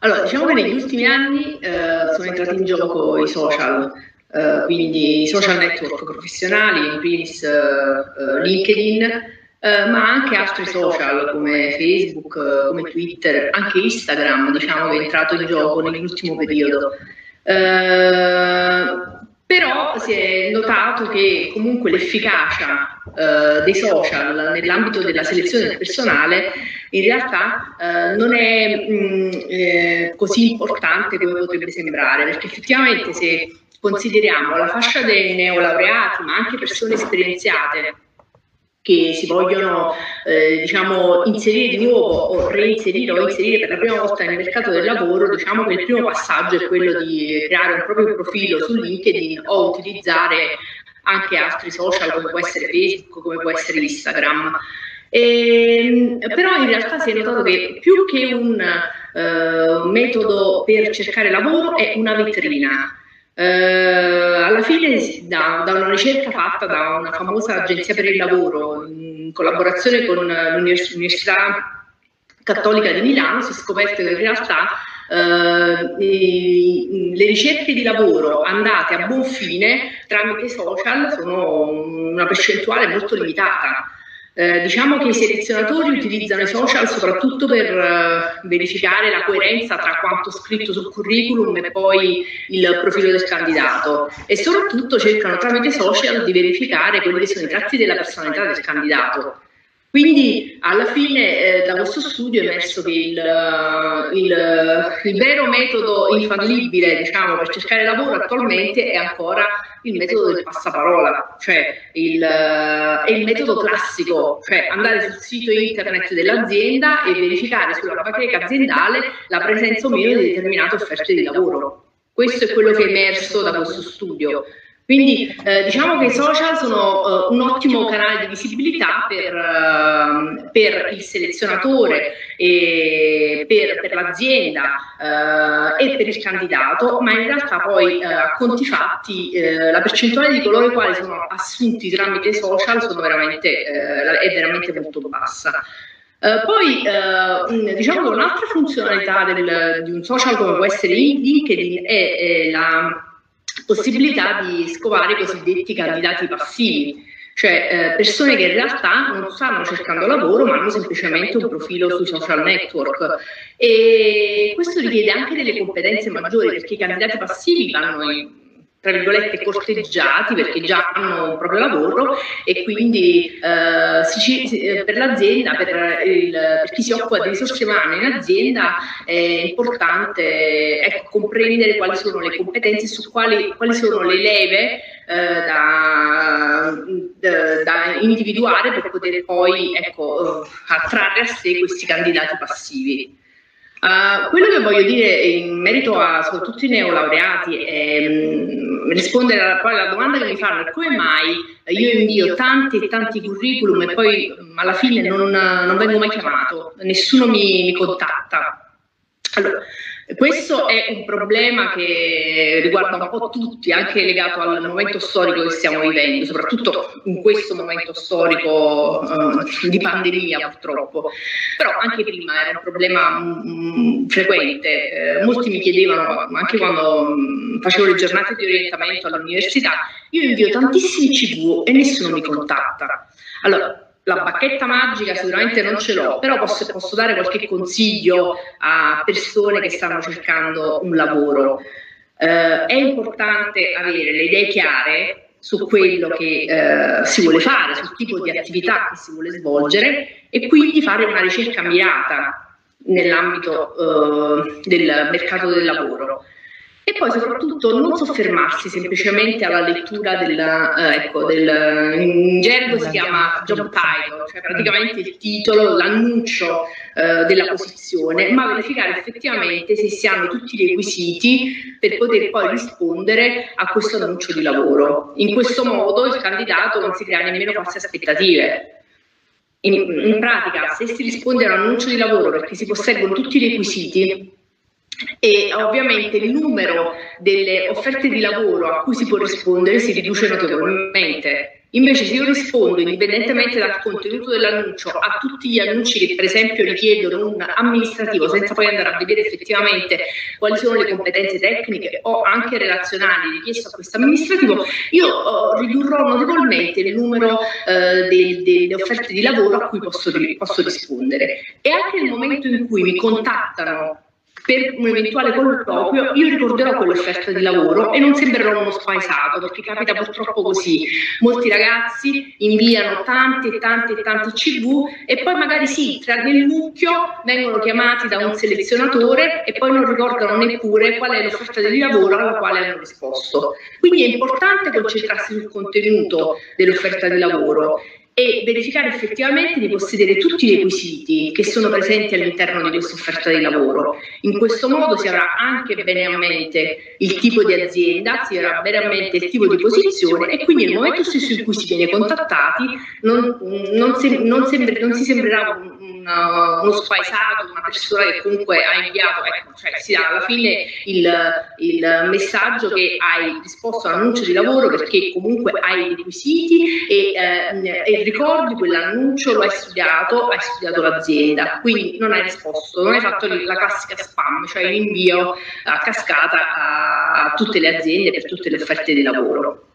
Allora, diciamo che negli ultimi anni sono entrati in gioco i social, quindi i social network professionali, in primis LinkedIn, ma anche altri social come Facebook, come Twitter, anche Instagram, diciamo che è entrato in gioco nell'ultimo periodo. Però si è notato che comunque l'efficacia dei social nell'ambito della selezione del personale in realtà non è così importante come potrebbe sembrare, perché effettivamente se consideriamo la fascia dei neolaureati, ma anche persone esperienziate che si vogliono diciamo, inserire di nuovo o reinserire o inserire per la prima volta nel mercato del lavoro, diciamo che il primo passaggio è quello di creare un proprio profilo su LinkedIn o utilizzare anche altri social come può essere Facebook, come può essere Instagram. Però in realtà si è notato che più che un metodo per cercare lavoro è una vetrina. Alla fine da una ricerca fatta da una famosa agenzia per il lavoro in collaborazione con l'Università Cattolica di Milano si è scoperto che in realtà le ricerche di lavoro andate a buon fine tramite social sono una percentuale molto limitata. Diciamo che i selezionatori utilizzano i social soprattutto per verificare la coerenza tra quanto scritto sul curriculum e poi il profilo del candidato e soprattutto cercano tramite social di verificare quelli che sono i tratti della personalità del candidato. Quindi alla fine da questo studio è emerso che il vero metodo infallibile, diciamo, per cercare lavoro attualmente è ancora il metodo del passaparola, cioè è il metodo classico, cioè andare sul sito internet dell'azienda e verificare sulla bacheca aziendale la presenza o meno di determinate offerte di lavoro. Questo è quello che è emerso da questo studio. Quindi diciamo che i social sono un ottimo canale di visibilità per il selezionatore, e per l'azienda e per il candidato, ma in realtà poi a conti fatti la percentuale di coloro i quali sono assunti tramite i social è veramente molto bassa. Poi diciamo che un'altra funzionalità di un social come può essere LinkedIn è la possibilità di scovare i cosiddetti candidati passivi, cioè persone che in realtà non stanno cercando lavoro ma hanno semplicemente un profilo sui social network e questo richiede anche delle competenze maggiori perché i candidati passivi vanno tra virgolette corteggiati perché già hanno un proprio lavoro e quindi per l'azienda, per chi si occupa di risorse umane in azienda è importante comprendere quali sono le competenze su quali sono le leve da individuare per poter poi attrarre a sé questi candidati passivi. Quello che voglio dire in merito soprattutto ai neolaureati è rispondere poi alla domanda che mi fanno è come mai io invio tanti e tanti curriculum e poi alla fine non vengo mai chiamato, nessuno mi contatta. Allora, questo è un problema che riguarda un po' tutti, anche legato al momento storico che stiamo vivendo, soprattutto in questo momento storico di pandemia purtroppo, però anche prima era un problema frequente. Molti mi chiedevano, anche quando facevo le giornate di orientamento all'università, io invio tantissimi CV e nessuno mi contatta. Allora, la bacchetta magica sicuramente non ce l'ho, però posso dare qualche consiglio a persone che stanno cercando un lavoro. È importante avere le idee chiare su quello che si vuole fare, sul tipo di attività che si vuole svolgere e quindi fare una ricerca mirata nell'ambito del mercato del lavoro. E poi soprattutto non soffermarsi semplicemente alla lettura in gergo si chiama job title, cioè praticamente il titolo, l'annuncio della posizione, ma verificare effettivamente se si hanno tutti i requisiti per poter poi rispondere a questo annuncio di lavoro. In questo modo il candidato non si crea nemmeno false aspettative. In pratica, se si risponde a un annuncio di lavoro perché si posseggono tutti i requisiti, e ovviamente il numero delle offerte di lavoro a cui si può rispondere si riduce notevolmente. Invece se io rispondo, indipendentemente dal contenuto dell'annuncio, a tutti gli annunci che per esempio richiedono un amministrativo, senza poi andare a vedere effettivamente quali sono le competenze tecniche o anche relazionali richieste a questo amministrativo, io ridurrò notevolmente il numero delle offerte di lavoro a cui posso rispondere. E anche nel momento in cui mi contattano per un eventuale colloquio, io ricorderò quell'offerta di lavoro e non sembrerò uno spaesato, perché capita purtroppo così. Molti ragazzi inviano tanti CV e poi magari sì, nel mucchio vengono chiamati da un selezionatore e poi non ricordano neppure qual è l'offerta di lavoro alla quale hanno risposto. Quindi è importante concentrarsi sul contenuto dell'offerta di lavoro e verificare effettivamente di possedere tutti i requisiti che sono presenti all'interno di questa offerta di lavoro. In questo modo si avrà anche bene a mente il tipo di azienda, si avrà bene a mente il tipo di posizione e quindi nel momento stesso in cui si viene contattati non si sembrerà uno spaesato, una persona che comunque ha inviato, ecco, cioè si dà alla fine il messaggio che hai risposto all'annuncio di lavoro perché comunque hai i requisiti e ricordi quell'annuncio, lo hai studiato l'azienda, quindi non hai risposto, non hai fatto la classica spam, cioè l'invio a cascata a tutte le aziende per tutte le offerte di lavoro.